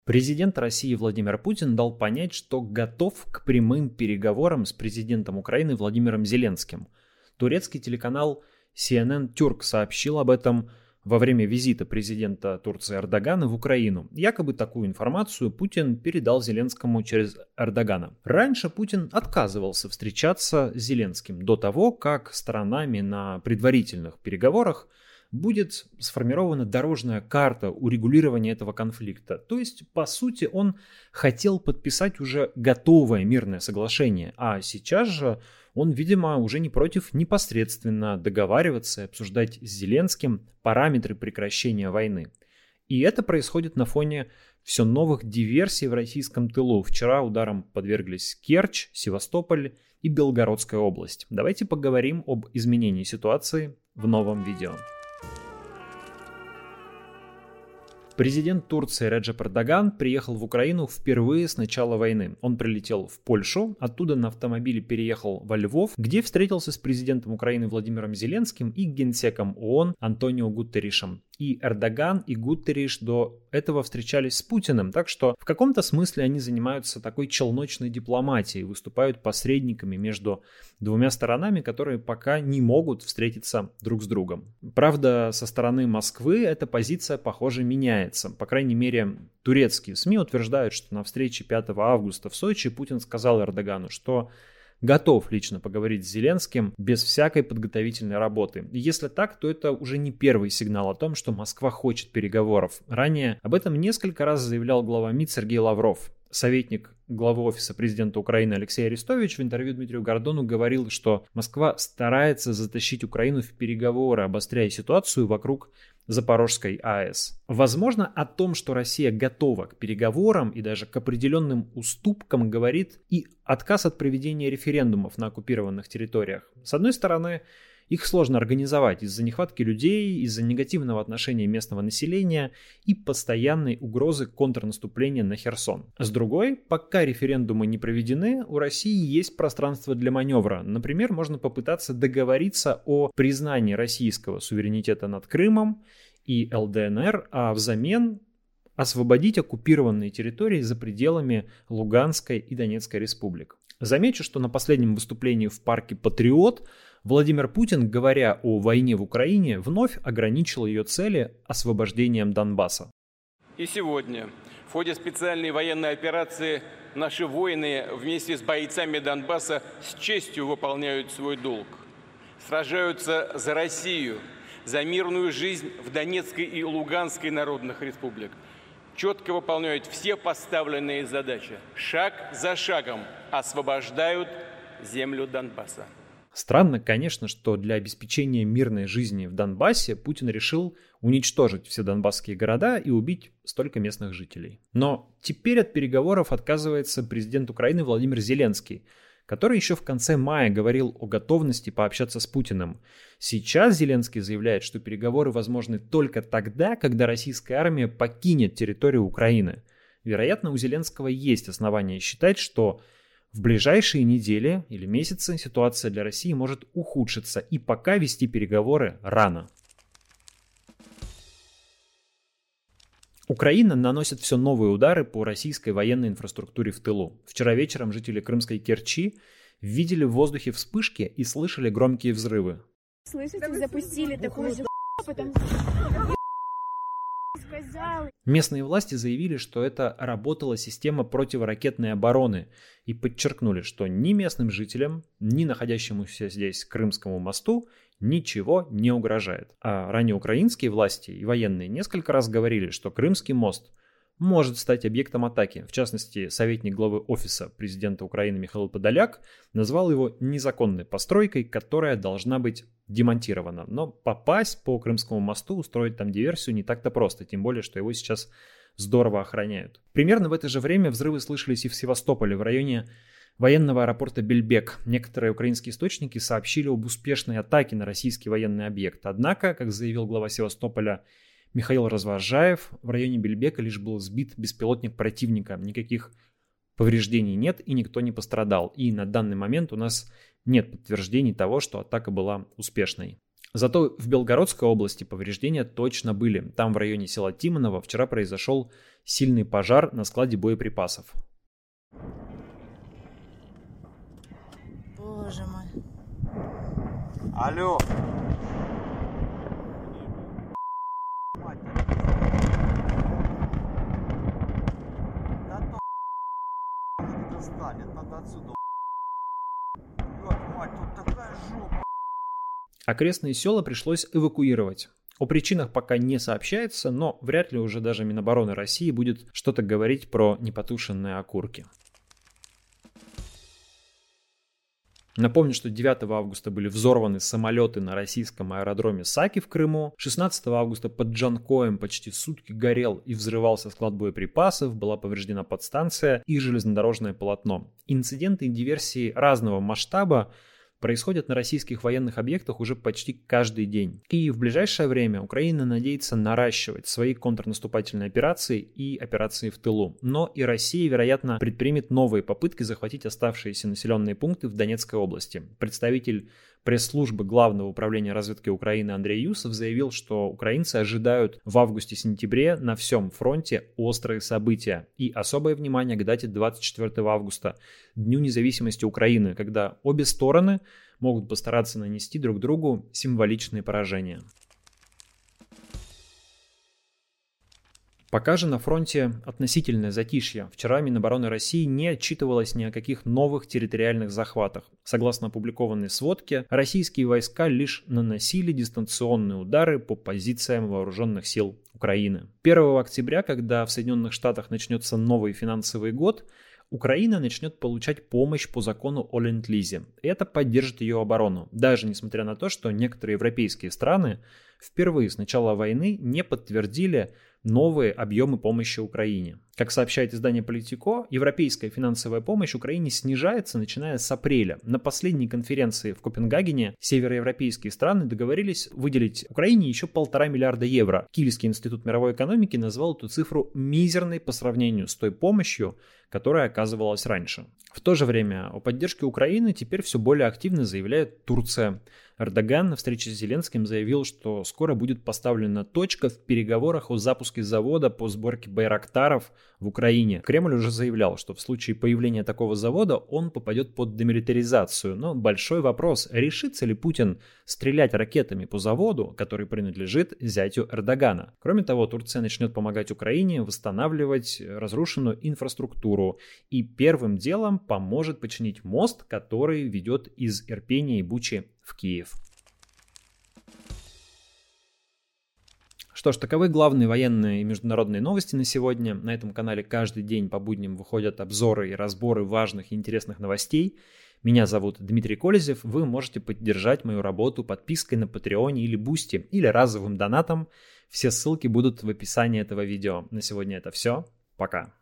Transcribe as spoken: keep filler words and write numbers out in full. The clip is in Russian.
Президент России Владимир Путин дал понять, что готов к прямым переговорам с президентом Украины Владимиром Зеленским. Турецкий телеканал си эн эн Тюрк сообщил об этом во время визита президента Турции Эрдогана в Украину. Якобы такую информацию Путин передал Зеленскому через Эрдогана. Раньше Путин отказывался встречаться с Зеленским до того, как сторонами на предварительных переговорах будет сформирована дорожная карта урегулирования этого конфликта. То есть, по сути, он хотел подписать уже готовое мирное соглашение, а сейчас же он, видимо, уже не против непосредственно договариваться и обсуждать с Зеленским параметры прекращения войны. И это происходит на фоне все новых диверсий в российском тылу. Вчера ударом подверглись Керчь, Севастополь и Белгородская область. Давайте поговорим об изменении ситуации в новом видео. Президент Турции Реджеп Эрдоган приехал в Украину впервые с начала войны. Он прилетел в Польшу, оттуда на автомобиле переехал во Львов, где встретился с президентом Украины Владимиром Зеленским и генсеком ООН Антонио Гутерришем. И Эрдоган, и Гутерриш до этого встречались с Путиным, так что в каком-то смысле они занимаются такой челночной дипломатией, выступают посредниками между двумя сторонами, которые пока не могут встретиться друг с другом. Правда, со стороны Москвы эта позиция, похоже, меняется. По крайней мере, турецкие СМИ утверждают, что на встрече пятого августа в Сочи Путин сказал Эрдогану, что готов лично поговорить с Зеленским без всякой подготовительной работы. И если так, то это уже не первый сигнал о том, что Москва хочет переговоров. Ранее об этом несколько раз заявлял глава МИД Сергей Лавров. Советник главы Офиса президента Украины Алексей Арестович в интервью Дмитрию Гордону говорил, что Москва старается затащить Украину в переговоры, обостряя ситуацию вокруг Запорожской АЭС. Возможно, о том, что Россия готова к переговорам и даже к определенным уступкам, говорит и отказ от проведения референдумов на оккупированных территориях. С одной стороны, их сложно организовать из-за нехватки людей, из-за негативного отношения местного населения и постоянной угрозы контрнаступления на Херсон. С другой, пока референдумы не проведены, у России есть пространство для маневра. Например, можно попытаться договориться о признании российского суверенитета над Крымом и эл дэ эн эр, а взамен освободить оккупированные территории за пределами Луганской и Донецкой республик. Замечу, что на последнем выступлении в парке «Патриот» Владимир Путин, говоря о войне в Украине, вновь ограничил ее цели освобождением Донбасса. И сегодня в ходе специальной военной операции наши воины вместе с бойцами Донбасса с честью выполняют свой долг. Сражаются за Россию, за мирную жизнь в Донецкой и Луганской народных республиках. Четко выполняют все поставленные задачи. Шаг за шагом освобождают землю Донбасса. Странно, конечно, что для обеспечения мирной жизни в Донбассе Путин решил уничтожить все донбасские города и убить столько местных жителей. Но теперь от переговоров отказывается президент Украины Владимир Зеленский, который еще в конце мая говорил о готовности пообщаться с Путиным. Сейчас Зеленский заявляет, что переговоры возможны только тогда, когда российская армия покинет территорию Украины. Вероятно, у Зеленского есть основания считать, что в ближайшие недели или месяцы ситуация для России может ухудшиться, и пока вести переговоры рано. Украина наносит все новые удары по российской военной инфраструктуре в тылу. Вчера вечером жители Крымской Керчи видели в воздухе вспышки и слышали громкие взрывы. Слышите, запустили такую же потом... Местные власти заявили, что это работала система противоракетной обороны и подчеркнули, что ни местным жителям, ни находящемуся здесь Крымскому мосту ничего не угрожает. А ранее украинские власти и военные несколько раз говорили, что Крымский мост может стать объектом атаки. В частности, советник главы Офиса президента Украины Михаил Подоляк назвал его незаконной постройкой, которая должна быть демонтирована. Но попасть по Крымскому мосту, устроить там диверсию не так-то просто, тем более, что его сейчас здорово охраняют. Примерно в это же время взрывы слышались и в Севастополе, в районе военного аэропорта Бельбек. Некоторые украинские источники сообщили об успешной атаке на российский военный объект. Однако, как заявил глава Севастополя Михаил Развожаев, в районе Бельбека лишь был сбит беспилотник противника. Никаких повреждений нет и никто не пострадал. И на данный момент у нас нет подтверждений того, что атака была успешной. Зато в Белгородской области повреждения точно были. Там в районе села Тимоново вчера произошел сильный пожар на складе боеприпасов. Боже мой. Алло. Надо отсюда. Мать, тут такая жопа. Окрестные села пришлось эвакуировать. О причинах пока не сообщается, но вряд ли уже даже Минобороны России будет что-то говорить про непотушенные окурки. Напомню, что девятого августа были взорваны самолеты на российском аэродроме Саки в Крыму. шестнадцатого августа под Джанкоем почти сутки горел и взрывался склад боеприпасов, была повреждена подстанция и железнодорожное полотно. Инциденты и диверсии разного масштаба происходят на российских военных объектах уже почти каждый день. И в ближайшее время Украина надеется наращивать свои контрнаступательные операции и операции в тылу. Но и Россия, вероятно, предпримет новые попытки захватить оставшиеся населенные пункты в Донецкой области. Представитель пресс-службы Главного управления разведки Украины Андрей Юсов заявил, что украинцы ожидают в августе-сентябре на всем фронте острые события. И особое внимание к дате двадцать четвёртого августа, Дню независимости Украины, когда обе стороны могут постараться нанести друг другу символичные поражения. Пока же на фронте относительное затишье. Вчера Минобороны России не отчитывалось ни о каких новых территориальных захватах. Согласно опубликованной сводке, российские войска лишь наносили дистанционные удары по позициям вооруженных сил Украины. первого октября, когда в Соединенных Штатах начнется новый финансовый год, Украина начнет получать помощь по закону о ленд-лизе. Это поддержит ее оборону, даже несмотря на то, что некоторые европейские страны впервые с начала войны не подтвердили новые объемы помощи Украине. Как сообщает издание Politico, европейская финансовая помощь Украине снижается, начиная с апреля. На последней конференции в Копенгагене североевропейские страны договорились выделить Украине еще полтора миллиарда евро. Кильский институт мировой экономики назвал эту цифру мизерной по сравнению с той помощью, которая оказывалась раньше. В то же время о поддержке Украины теперь все более активно заявляет Турция. Эрдоган на встрече с Зеленским заявил, что скоро будет поставлена точка в переговорах о запуске завода по сборке байрактаров в Украине. Кремль уже заявлял, что в случае появления такого завода он попадет под демилитаризацию. Но большой вопрос, решится ли Путин стрелять ракетами по заводу, который принадлежит зятю Эрдогана. Кроме того, Турция начнет помогать Украине восстанавливать разрушенную инфраструктуру и первым делом поможет починить мост, который ведет из Ирпения и Бучи в Киев. Что ж, таковы главные военные и международные новости на сегодня. На этом канале каждый день по будням выходят обзоры и разборы важных и интересных новостей. Меня зовут Дмитрий Колезев. Вы можете поддержать мою работу подпиской на Патреоне или Бусти, или разовым донатом. Все ссылки будут в описании этого видео. На сегодня это все. Пока.